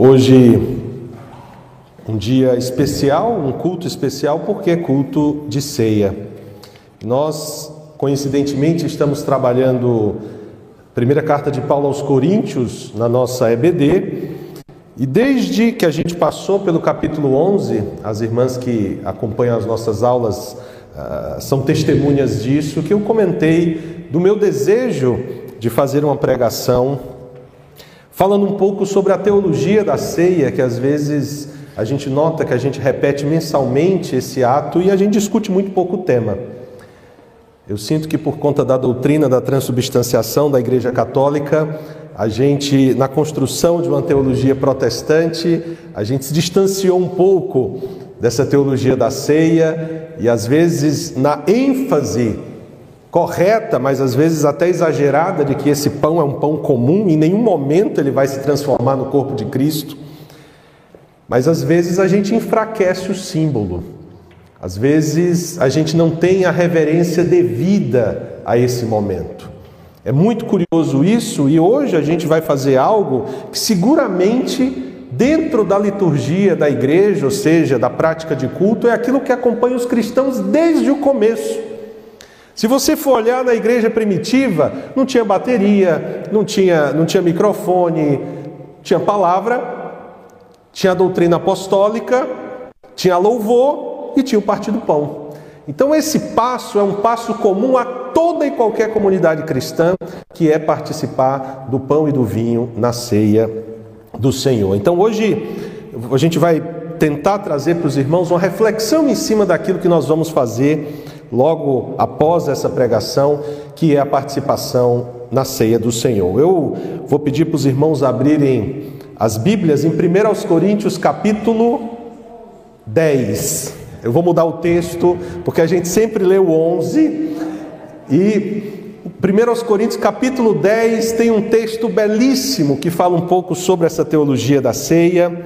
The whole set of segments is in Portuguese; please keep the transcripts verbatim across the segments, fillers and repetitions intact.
Hoje, um dia especial, um culto especial, porque é culto de ceia. Nós, coincidentemente, estamos trabalhando a primeira carta de Paulo aos Coríntios na nossa E B D, e desde que a gente passou pelo capítulo onze, as irmãs que acompanham as nossas aulas uh, são testemunhas disso, que eu comentei do meu desejo de fazer uma pregação falando um pouco sobre a teologia da ceia, que às vezes a gente nota que a gente repete mensalmente esse ato e a gente discute muito pouco o tema. Eu sinto que por conta da doutrina da transubstanciação da Igreja Católica, a gente, na construção de uma teologia protestante, a gente se distanciou um pouco dessa teologia da ceia e às vezes na ênfase correta, mas às vezes até exagerada, de que esse pão é um pão comum, em nenhum momento ele vai se transformar no corpo de Cristo. Mas às vezes a gente enfraquece o símbolo, às vezes a gente não tem a reverência devida a esse momento. É muito curioso isso, e hoje a gente vai fazer algo que seguramente dentro da liturgia da igreja, ou seja, da prática de culto, é aquilo que acompanha os cristãos desde o começo. Se você for olhar na igreja primitiva, não tinha bateria, não tinha, não tinha microfone, tinha palavra, tinha a doutrina apostólica, tinha louvor e tinha o partir do pão. Então esse passo é um passo comum a toda e qualquer comunidade cristã, que é participar do pão e do vinho na ceia do Senhor. Então hoje a gente vai tentar trazer para os irmãos uma reflexão em cima daquilo que nós vamos fazer logo após essa pregação, que é a participação na ceia do Senhor. Eu vou pedir para os irmãos abrirem as Bíblias em primeira Coríntios capítulo dez. Eu vou mudar o texto, porque a gente sempre lê o onze, e primeira Coríntios capítulo dez tem um texto belíssimo que fala um pouco sobre essa teologia da ceia.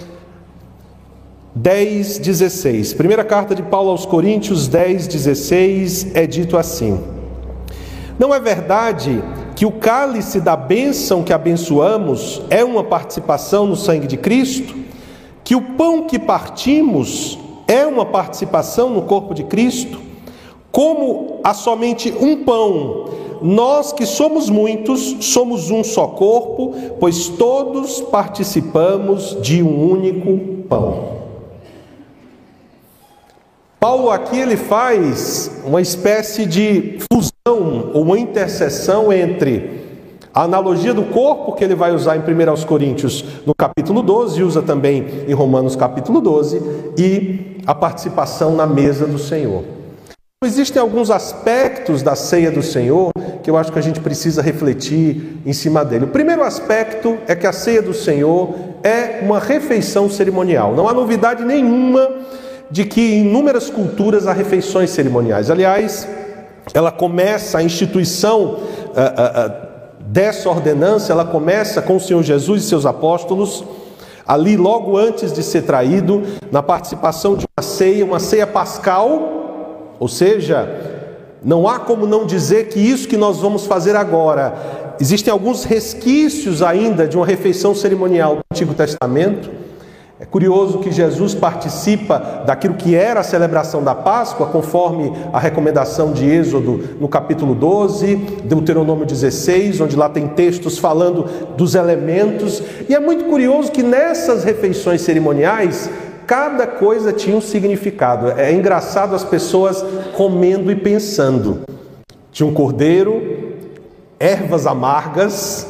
dez, dezesseis. Primeira carta de Paulo aos Coríntios, dez, dezesseis, é dito assim: não é verdade que o cálice da bênção que abençoamos é uma participação no sangue de Cristo? Que o pão que partimos é uma participação no corpo de Cristo? Como há somente um pão, nós que somos muitos, somos um só corpo, pois todos participamos de um único pão. Paulo aqui ele faz uma espécie de fusão ou uma interseção entre a analogia do corpo, que ele vai usar em primeira Coríntios no capítulo doze, e usa também em Romanos capítulo doze, e a participação na mesa do Senhor. Existem alguns aspectos da ceia do Senhor que eu acho que a gente precisa refletir em cima dele. O primeiro aspecto é que a ceia do Senhor é uma refeição cerimonial. Não há novidade nenhuma de que em inúmeras culturas há refeições cerimoniais. Aliás, ela começa, a instituição uh, uh, uh, dessa ordenança, ela começa com o Senhor Jesus e seus apóstolos, ali logo antes de ser traído, na participação de uma ceia, uma ceia pascal, ou seja, não há como não dizer que isso que nós vamos fazer agora, existem alguns resquícios ainda de uma refeição cerimonial do Antigo Testamento. É curioso que Jesus participa daquilo que era a celebração da Páscoa, conforme a recomendação de Êxodo no capítulo doze, Deuteronômio dezesseis, onde lá tem textos falando dos elementos. E é muito curioso que nessas refeições cerimoniais, cada coisa tinha um significado. É engraçado as pessoas comendo e pensando. Tinha um cordeiro, ervas amargas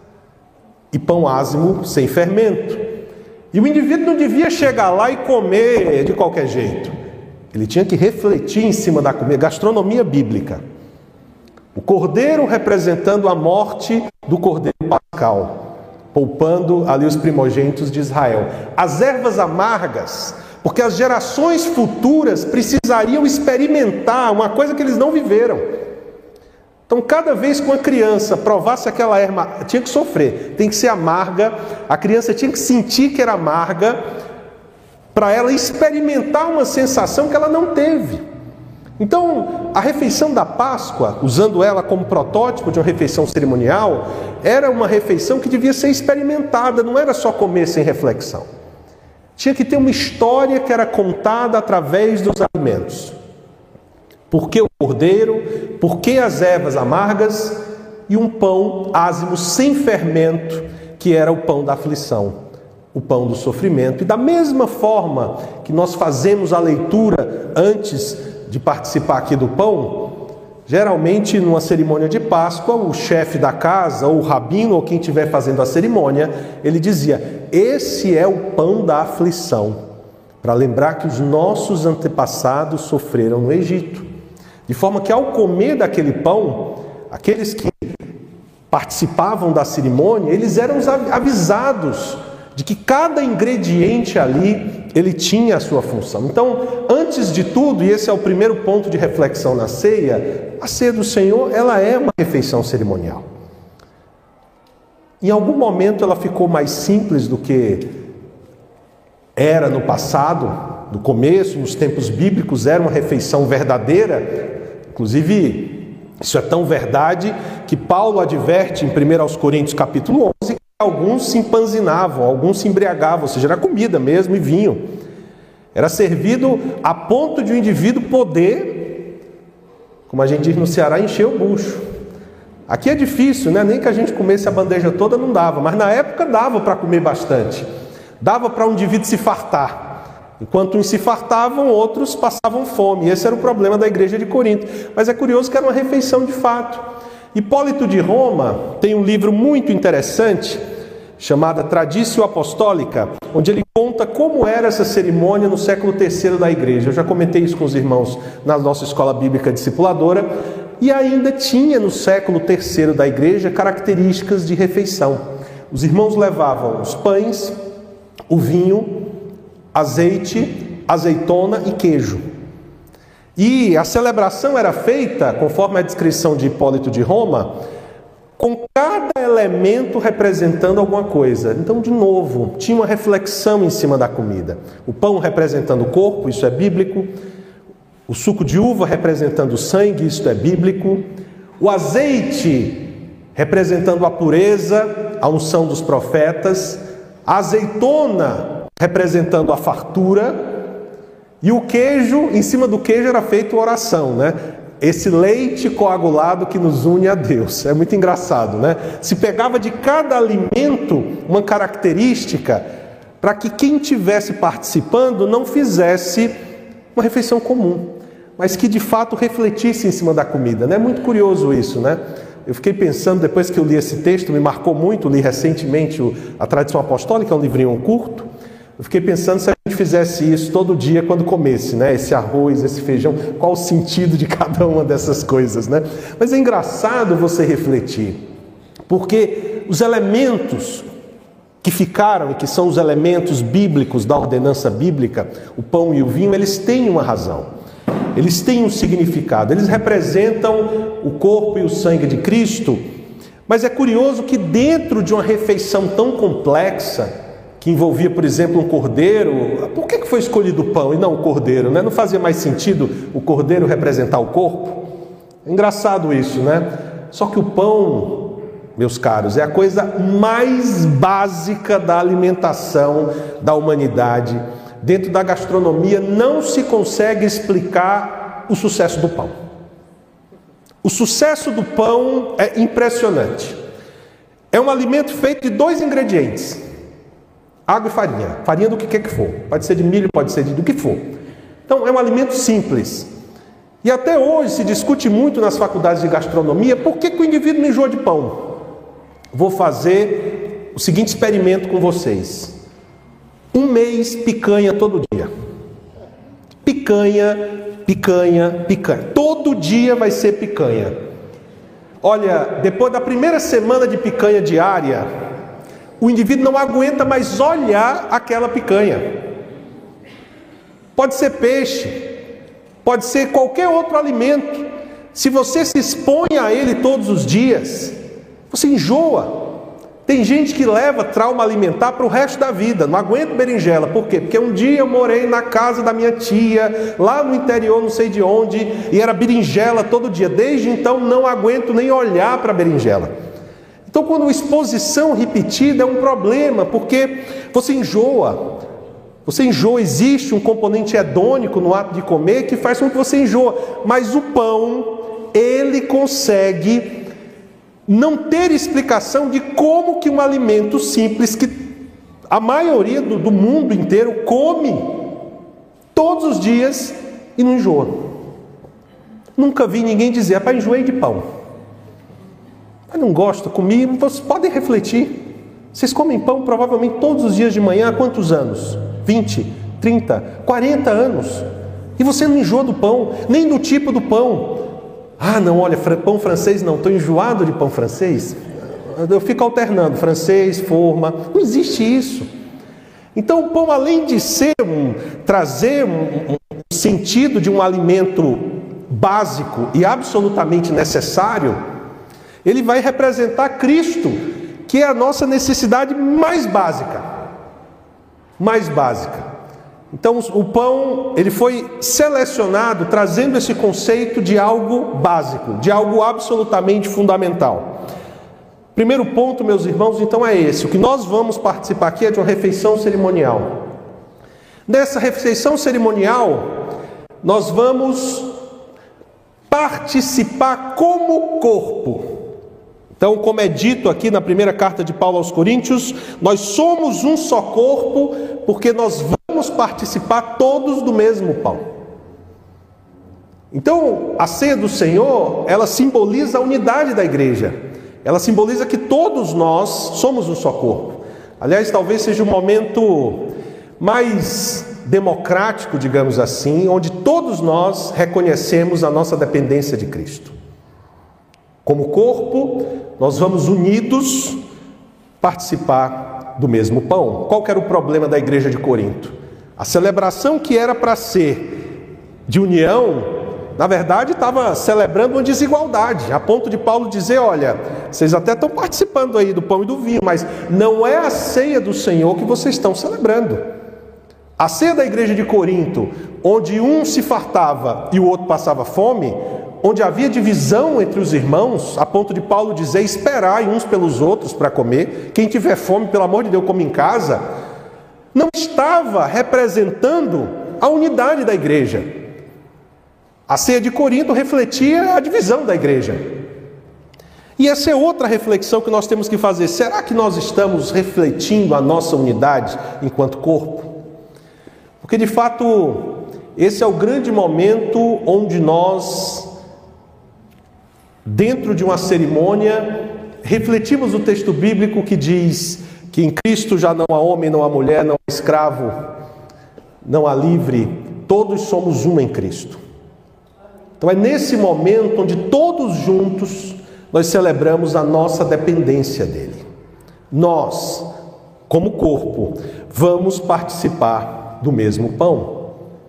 e pão ázimo sem fermento. E o indivíduo não devia chegar lá e comer de qualquer jeito. Ele tinha que refletir em cima da comida, gastronomia bíblica. O cordeiro representando a morte do cordeiro pascal, poupando ali os primogênitos de Israel. As ervas amargas, porque as gerações futuras precisariam experimentar uma coisa que eles não viveram. Então, cada vez que uma criança provasse aquela erva, tinha que sofrer, tem que ser amarga, a criança tinha que sentir que era amarga, para ela experimentar uma sensação que ela não teve. Então, a refeição da Páscoa, usando ela como protótipo de uma refeição cerimonial, era uma refeição que devia ser experimentada, não era só comer sem reflexão. Tinha que ter uma história que era contada através dos alimentos. Por que o cordeiro? Por que as ervas amargas? E um pão ázimo sem fermento, que era o pão da aflição, o pão do sofrimento. E da mesma forma que nós fazemos a leitura antes de participar aqui do pão, geralmente numa cerimônia de Páscoa, o chefe da casa, ou o rabino, ou quem estiver fazendo a cerimônia, ele dizia: esse é o pão da aflição, para lembrar que os nossos antepassados sofreram no Egito. De forma que ao comer daquele pão, aqueles que participavam da cerimônia, eles eram avisados de que cada ingrediente ali, ele tinha a sua função. Então, antes de tudo, e esse é o primeiro ponto de reflexão na ceia, a ceia do Senhor, ela é uma refeição cerimonial. Em algum momento ela ficou mais simples do que era no passado, no começo, nos tempos bíblicos, era uma refeição verdadeira. Inclusive, isso é tão verdade que Paulo adverte em primeira Coríntios capítulo onze, que alguns se empanzinavam, alguns se embriagavam, ou seja, era comida mesmo e vinho. Era servido a ponto de o indivíduo poder, como a gente diz no Ceará, encher o bucho. Aqui é difícil, né? Nem que a gente comesse a bandeja toda não dava, mas na época dava para comer bastante. Dava para um indivíduo se fartar. Enquanto uns se fartavam, outros passavam fome. Esse era o problema da igreja de Corinto. Mas é curioso que era uma refeição de fato. Hipólito de Roma tem um livro muito interessante, chamado Traditio Apostólica, onde ele conta como era essa cerimônia no século terceiro da igreja. Eu já comentei isso com os irmãos na nossa escola bíblica discipuladora. E ainda tinha no século terceiro da igreja características de refeição. Os irmãos levavam os pães, o vinho, azeite, azeitona e queijo. E a celebração era feita, conforme a descrição de Hipólito de Roma, com cada elemento representando alguma coisa. Então, de novo, tinha uma reflexão em cima da comida. O pão representando o corpo, isso é bíblico. O suco de uva representando o sangue, isso é bíblico. O azeite representando a pureza, a unção dos profetas. A azeitona representando a fartura, e o queijo, em cima do queijo era feita oração, né? Esse leite coagulado que nos une a Deus. É muito engraçado, né? Se pegava de cada alimento uma característica para que quem estivesse participando não fizesse uma refeição comum, mas que de fato refletisse em cima da comida, né? É muito curioso isso, né? Eu fiquei pensando, depois que eu li esse texto, me marcou muito, li recentemente o, a Tradição Apostólica, é um livrinho curto. Eu fiquei pensando se a gente fizesse isso todo dia quando comesse, né? Esse arroz, esse feijão, qual o sentido de cada uma dessas coisas, né? Mas é engraçado você refletir, porque os elementos que ficaram e que são os elementos bíblicos da ordenança bíblica, o pão e o vinho, eles têm uma razão, eles têm um significado, eles representam o corpo e o sangue de Cristo. Mas é curioso que dentro de uma refeição tão complexa, que envolvia, por exemplo, um cordeiro, por que foi escolhido o pão e não o cordeiro, né? Não fazia mais sentido o cordeiro representar o corpo? É engraçado isso, né? Só que o pão, meus caros, é a coisa mais básica da alimentação da humanidade. Dentro da gastronomia não se consegue explicar o sucesso do pão. O sucesso do pão é impressionante. É um alimento feito de dois ingredientes: água e farinha. Farinha do que quer que for. Pode ser de milho, pode ser de do que for. Então é um alimento simples. E até hoje se discute muito nas faculdades de gastronomia por que, que o indivíduo não enjoa de pão. Vou fazer o seguinte experimento com vocês. Um mês picanha todo dia. Picanha, picanha, picanha. Todo dia vai ser picanha. Olha, depois da primeira semana de picanha diária, o indivíduo não aguenta mais olhar aquela picanha. Pode ser peixe, pode ser qualquer outro alimento. Se você se expõe a ele todos os dias, você enjoa. Tem gente que leva trauma alimentar para o resto da vida, não aguento berinjela. Por quê? Porque um dia eu morei na casa da minha tia, lá no interior, não sei de onde, e era berinjela todo dia. Desde então não aguento nem olhar para a berinjela. Então, quando a exposição repetida é um problema, porque você enjoa. Você enjoa, existe um componente hedônico no ato de comer que faz com que você enjoa. Mas o pão, ele consegue não ter explicação de como que um alimento simples que a maioria do, do mundo inteiro come todos os dias e não enjoa. Nunca vi ninguém dizer, rapaz, enjoei de pão. Mas não gosto, comi. Vocês podem refletir. Vocês comem pão provavelmente todos os dias de manhã há quantos anos? vinte, trinta, quarenta anos. E você não enjoa do pão, nem do tipo do pão. Ah, não, olha, pão francês não, estou enjoado de pão francês. Eu fico alternando, francês, forma, não existe isso. Então o pão, além de ser um, trazer um, um sentido de um alimento básico e absolutamente necessário, ele vai representar Cristo, que é a nossa necessidade mais básica. Mais básica. Então o pão, ele foi selecionado trazendo esse conceito de algo básico, de algo absolutamente fundamental. Primeiro ponto, meus irmãos, então é esse. O que nós vamos participar aqui é de uma refeição cerimonial. Nessa refeição cerimonial, nós vamos participar como corpo. Então, como é dito aqui na primeira carta de Paulo aos Coríntios, nós somos um só corpo, porque nós vamos participar todos do mesmo pão. Então, a ceia do Senhor, ela simboliza a unidade da igreja. Ela simboliza que todos nós somos um só corpo. Aliás, talvez seja o momento mais democrático, digamos assim, onde todos nós reconhecemos a nossa dependência de Cristo. Como corpo, nós vamos unidos participar do mesmo pão. Qual que era o problema da igreja de Corinto? A celebração que era para ser de união, na verdade estava celebrando uma desigualdade, a ponto de Paulo dizer, olha, vocês até estão participando aí do pão e do vinho, mas não é a ceia do Senhor que vocês estão celebrando. A ceia da igreja de Corinto, onde um se fartava e o outro passava fome, onde havia divisão entre os irmãos, a ponto de Paulo dizer, esperai uns pelos outros para comer, quem tiver fome, pelo amor de Deus, come em casa, não estava representando a unidade da igreja. A ceia de Corinto refletia a divisão da igreja. E essa é outra reflexão que nós temos que fazer. Será que nós estamos refletindo a nossa unidade enquanto corpo? Porque de fato, esse é o grande momento onde nós, dentro de uma cerimônia, refletimos o texto bíblico que diz que em Cristo já não há homem, não há mulher, não há escravo, não há livre, todos somos um em Cristo. Então é nesse momento onde todos juntos nós celebramos a nossa dependência dele. Nós, como corpo, vamos participar do mesmo pão.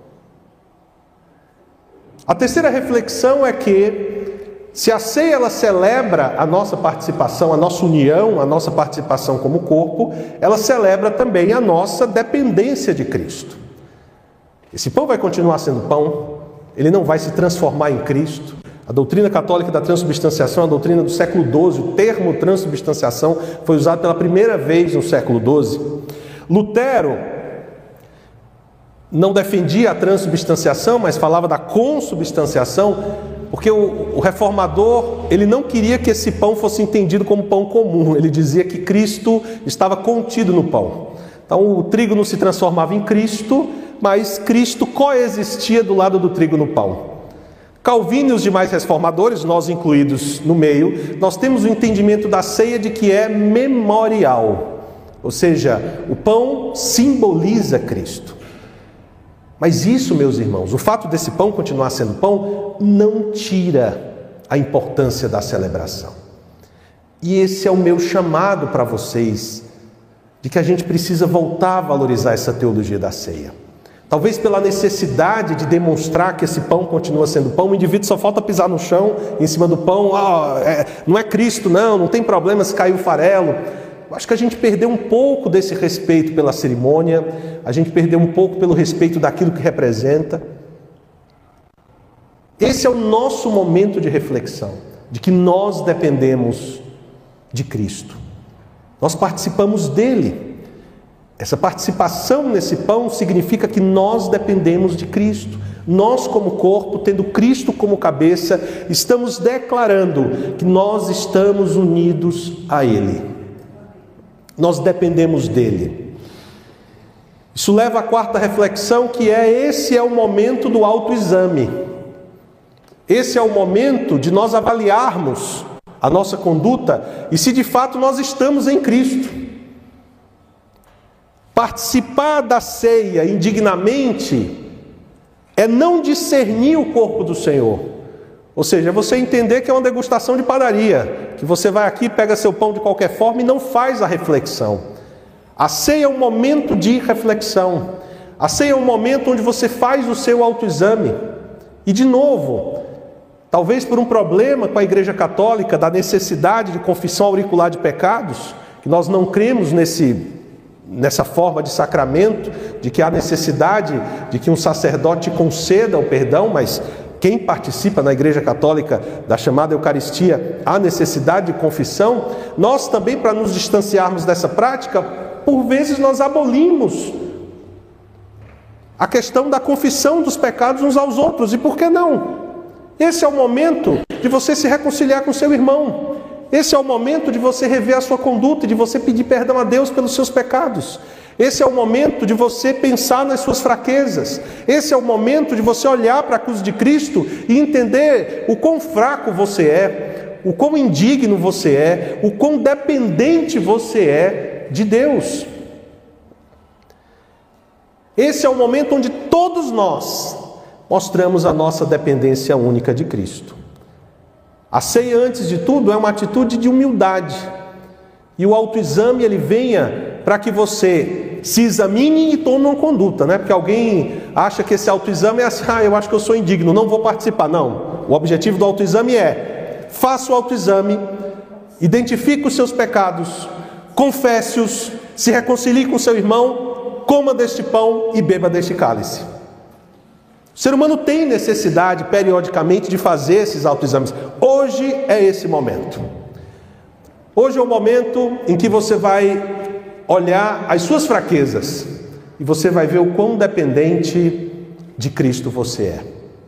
A terceira reflexão é que, se a ceia ela celebra a nossa participação, a nossa união, a nossa participação como corpo, ela celebra também a nossa dependência de Cristo. Esse pão vai continuar sendo pão, ele não vai se transformar em Cristo. A doutrina católica da transubstanciação é a doutrina do século doze. O termo transubstanciação foi usado pela primeira vez no século doze. Lutero não defendia a transubstanciação, mas falava da consubstanciação, porque o, o reformador, ele não queria que esse pão fosse entendido como pão comum. Ele dizia que Cristo estava contido no pão. Então o trigo não se transformava em Cristo, mas Cristo coexistia do lado do trigo no pão. Calvino e os demais reformadores, nós incluídos no meio, nós temos o entendimento da ceia de que é memorial. Ou seja, o pão simboliza Cristo. Mas isso, meus irmãos, o fato desse pão continuar sendo pão, não tira a importância da celebração. E esse é o meu chamado para vocês, de que a gente precisa voltar a valorizar essa teologia da ceia. Talvez pela necessidade de demonstrar que esse pão continua sendo pão, o indivíduo só falta pisar no chão, em cima do pão, ah, é, não é Cristo não, não tem problema se cair o farelo. Eu acho que a gente perdeu um pouco desse respeito pela cerimônia, a gente perdeu um pouco pelo respeito daquilo que representa. Esse é o nosso momento de reflexão, de que nós dependemos de Cristo. Nós participamos dele. Essa participação nesse pão significa que nós dependemos de Cristo. Nós, como corpo, tendo Cristo como cabeça, estamos declarando que nós estamos unidos a Ele. Nós dependemos dele. Isso leva à quarta reflexão, que é: esse é o momento do autoexame. Esse é o momento de nós avaliarmos a nossa conduta e se de fato nós estamos em Cristo. Participar da ceia indignamente é não discernir o corpo do Senhor. Ou seja, é você entender que é uma degustação de padaria, que você vai aqui, pega seu pão de qualquer forma e não faz a reflexão. A ceia é um momento de reflexão. A ceia é um momento onde você faz o seu autoexame. E de novo, talvez por um problema com a Igreja Católica, da necessidade de confissão auricular de pecados, que nós não cremos nesse, nessa forma de sacramento, de que há necessidade de que um sacerdote conceda o perdão, mas quem participa na Igreja Católica da chamada Eucaristia, há necessidade de confissão. Nós também, para nos distanciarmos dessa prática, por vezes nós abolimos a questão da confissão dos pecados uns aos outros. E por que não? Esse é o momento de você se reconciliar com seu irmão. Esse é o momento de você rever a sua conduta e de você pedir perdão a Deus pelos seus pecados. Esse é o momento de você pensar nas suas fraquezas. Esse é o momento de você olhar para a cruz de Cristo e entender o quão fraco você é, o quão indigno você é, o quão dependente você é de Deus. Esse é o momento onde todos nós mostramos a nossa dependência única de Cristo. A ceia, antes de tudo, é uma atitude de humildade. E o autoexame, ele venha para que você se examine e tome uma conduta, né? Porque alguém acha que esse autoexame é assim: ah, eu acho que eu sou indigno, não vou participar. Não. O objetivo do autoexame é: faça o autoexame, identifique os seus pecados, confesse-os, se reconcilie com seu irmão, coma deste pão e beba deste cálice. O ser humano tem necessidade, periodicamente, de fazer esses autoexames. Hoje é esse momento. Hoje é o momento em que você vai olhar as suas fraquezas e você vai ver o quão dependente de Cristo você é.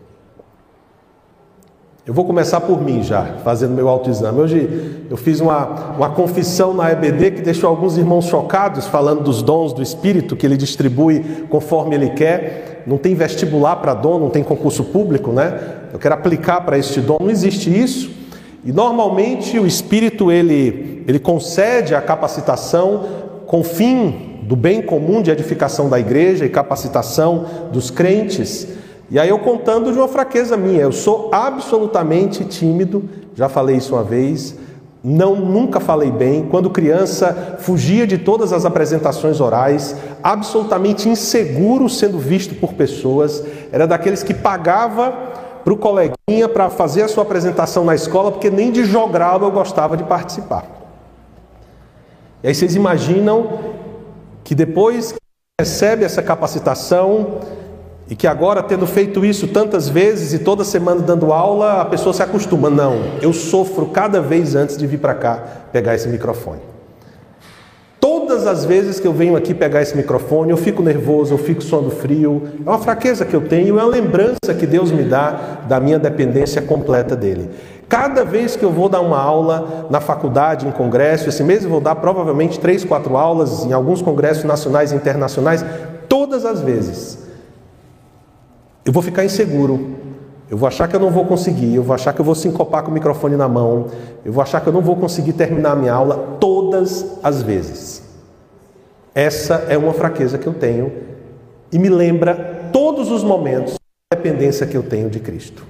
Eu vou começar por mim já, fazendo meu autoexame. Hoje eu fiz uma, uma confissão na E B D que deixou alguns irmãos chocados, falando dos dons do Espírito que Ele distribui conforme Ele quer. Não tem vestibular para dom, não tem concurso público, né? Eu quero aplicar para este dom, não existe isso. E normalmente o Espírito ele, ele concede a capacitação com o fim do bem comum de edificação da igreja e capacitação dos crentes. E aí eu contando de uma fraqueza minha: eu sou absolutamente tímido, já falei isso uma vez, não, nunca falei bem. Quando criança, fugia de todas as apresentações orais, absolutamente inseguro sendo visto por pessoas, era daqueles que pagava para o coleguinha para fazer a sua apresentação na escola, porque nem de jogral eu gostava de participar. E aí vocês imaginam que depois que recebe essa capacitação, e que agora, tendo feito isso tantas vezes e toda semana dando aula, a pessoa se acostuma. Não, eu sofro cada vez antes de vir para cá pegar esse microfone. Todas as vezes que eu venho aqui pegar esse microfone, eu fico nervoso, eu fico suando frio. É uma fraqueza que eu tenho, é uma lembrança que Deus me dá da minha dependência completa dele. Cada vez que eu vou dar uma aula na faculdade, em congresso, esse mês eu vou dar provavelmente três, quatro aulas em alguns congressos nacionais e internacionais, todas as vezes eu vou ficar inseguro, eu vou achar que eu não vou conseguir, eu vou achar que eu vou sincopar com o microfone na mão, eu vou achar que eu não vou conseguir terminar a minha aula, todas as vezes. Essa é uma fraqueza que eu tenho e me lembra todos os momentos da dependência que eu tenho de Cristo.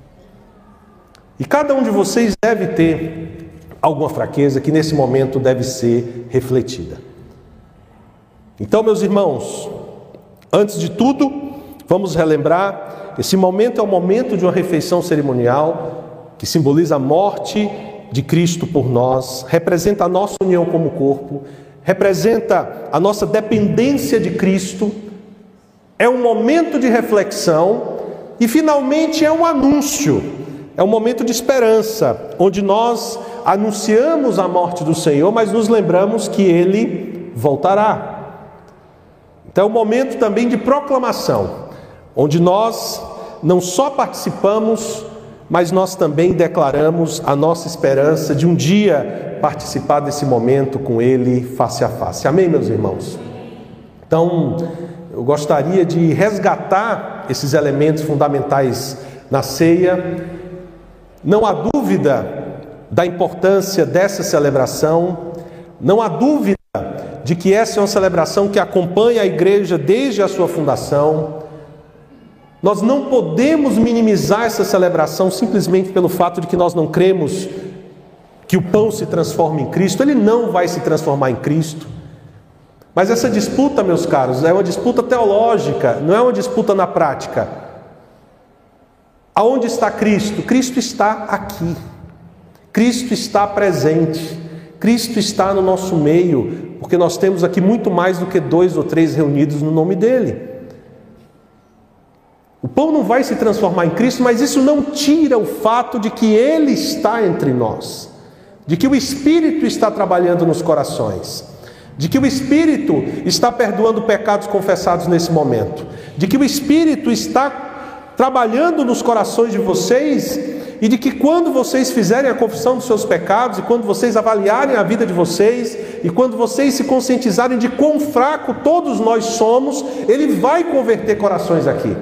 E cada um de vocês deve ter alguma fraqueza que nesse momento deve ser refletida. Então, meus irmãos, antes de tudo, vamos relembrar, esse momento é o momento de uma refeição cerimonial que simboliza a morte de Cristo por nós, representa a nossa união como corpo, representa a nossa dependência de Cristo, é um momento de reflexão e finalmente é um anúncio, é um momento de esperança, onde nós anunciamos a morte do Senhor, mas nos lembramos que Ele voltará. Então é um momento também de proclamação, onde nós não só participamos, mas nós também declaramos a nossa esperança de um dia participar desse momento com Ele face a face. Amém, meus irmãos? Então, eu gostaria de resgatar esses elementos fundamentais na ceia. Não há dúvida da importância dessa celebração, não há dúvida de que essa é uma celebração que acompanha a igreja desde a sua fundação. Nós não podemos minimizar essa celebração simplesmente pelo fato de que nós não cremos que o pão se transforma em Cristo. Ele não vai se transformar em Cristo. Mas essa disputa, meus caros, é uma disputa teológica, não é uma disputa na prática. Aonde está Cristo? Cristo está aqui. Cristo está presente. Cristo está no nosso meio, porque nós temos aqui muito mais do que dois ou três reunidos no nome dEle. O pão não vai se transformar em Cristo, mas isso não tira o fato de que Ele está entre nós, de que o Espírito está trabalhando nos corações, de que o Espírito está perdoando pecados confessados nesse momento, de que o Espírito está trabalhando nos corações de vocês, e de que quando vocês fizerem a confissão dos seus pecados, e quando vocês avaliarem a vida de vocês, e quando vocês se conscientizarem de quão fraco todos nós somos, Ele vai converter corações aqui.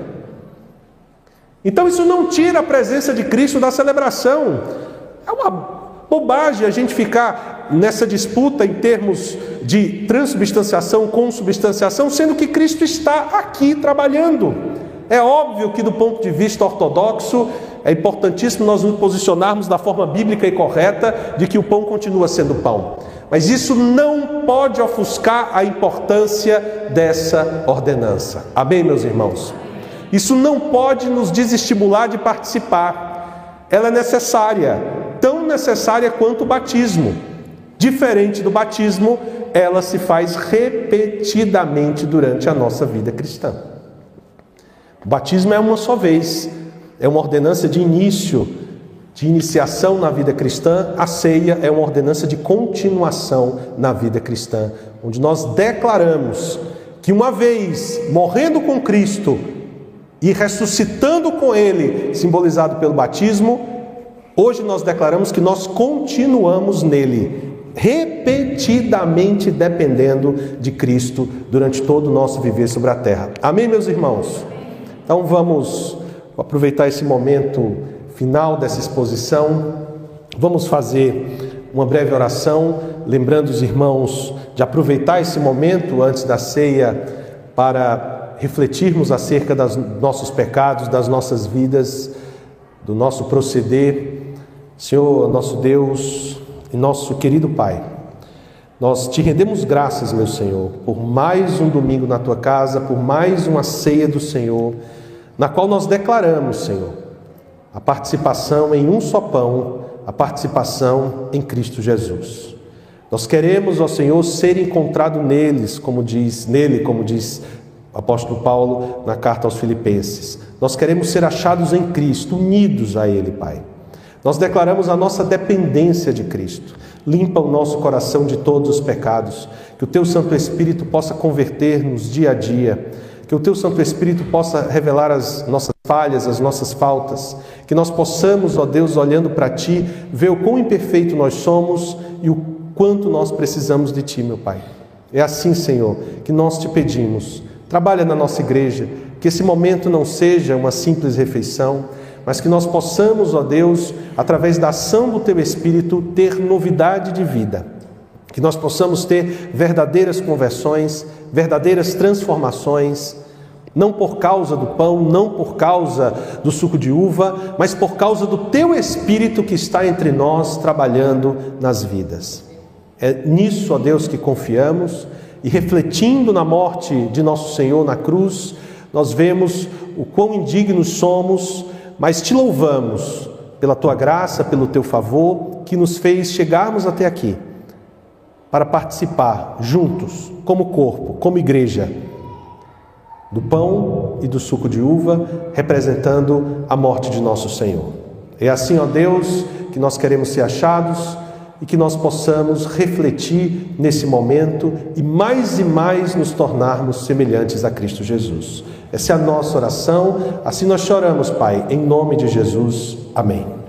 Então isso não tira a presença de Cristo da celebração. É uma bobagem a gente ficar nessa disputa em termos de transubstanciação, consubstanciação, sendo que Cristo está aqui trabalhando. É óbvio que do ponto de vista ortodoxo, é importantíssimo nós nos posicionarmos da forma bíblica e correta de que o pão continua sendo pão. Mas isso não pode ofuscar a importância dessa ordenança. Amém, meus irmãos? Isso não pode nos desestimular de participar. Ela é necessária, tão necessária quanto o batismo. Diferente do batismo, ela se faz repetidamente durante a nossa vida cristã. O batismo é uma só vez, é uma ordenança de início, de iniciação na vida cristã. A ceia é uma ordenança de continuação na vida cristã, onde nós declaramos que uma vez morrendo com Cristo e ressuscitando com Ele, simbolizado pelo batismo, hoje nós declaramos que nós continuamos nele, repetidamente dependendo de Cristo durante todo o nosso viver sobre a terra. Amém, meus irmãos? Então vamos aproveitar esse momento final dessa exposição, vamos fazer uma breve oração, lembrando os irmãos de aproveitar esse momento antes da ceia para refletirmos acerca dos nossos pecados, das nossas vidas, do nosso proceder. Senhor, nosso Deus e nosso querido Pai, nós te rendemos graças, meu Senhor, por mais um domingo na tua casa, por mais uma ceia do Senhor, na qual nós declaramos, Senhor, a participação em um só pão, a participação em Cristo Jesus. Nós queremos, ó Senhor, ser encontrado neles, como diz, nele, como diz o apóstolo Paulo na carta aos Filipenses. Nós queremos ser achados em Cristo, unidos a Ele, Pai. Nós declaramos a nossa dependência de Cristo. Limpa o nosso coração de todos os pecados. Que o Teu Santo Espírito possa converter-nos dia a dia. Que o Teu Santo Espírito possa revelar as nossas falhas, as nossas faltas. Que nós possamos, ó Deus, olhando para Ti, ver o quão imperfeito nós somos e o quanto nós precisamos de Ti, meu Pai. É assim, Senhor, que nós Te pedimos. Trabalha na nossa igreja, que esse momento não seja uma simples refeição, mas que nós possamos, ó Deus, através da ação do Teu Espírito, ter novidade de vida. Que nós possamos ter verdadeiras conversões, verdadeiras transformações, não por causa do pão, não por causa do suco de uva, mas por causa do Teu Espírito que está entre nós, trabalhando nas vidas. É nisso, ó Deus, que confiamos. E refletindo na morte de nosso Senhor na cruz, nós vemos o quão indignos somos, mas Te louvamos, pela tua graça, pelo teu favor, que nos fez chegarmos até aqui, para participar juntos, como corpo, como igreja, do pão e do suco de uva, representando a morte de nosso Senhor. É assim, ó Deus, que nós queremos ser achados e que nós possamos refletir nesse momento e mais e mais nos tornarmos semelhantes a Cristo Jesus. Essa é a nossa oração, assim nós choramos, Pai, em nome de Jesus. Amém.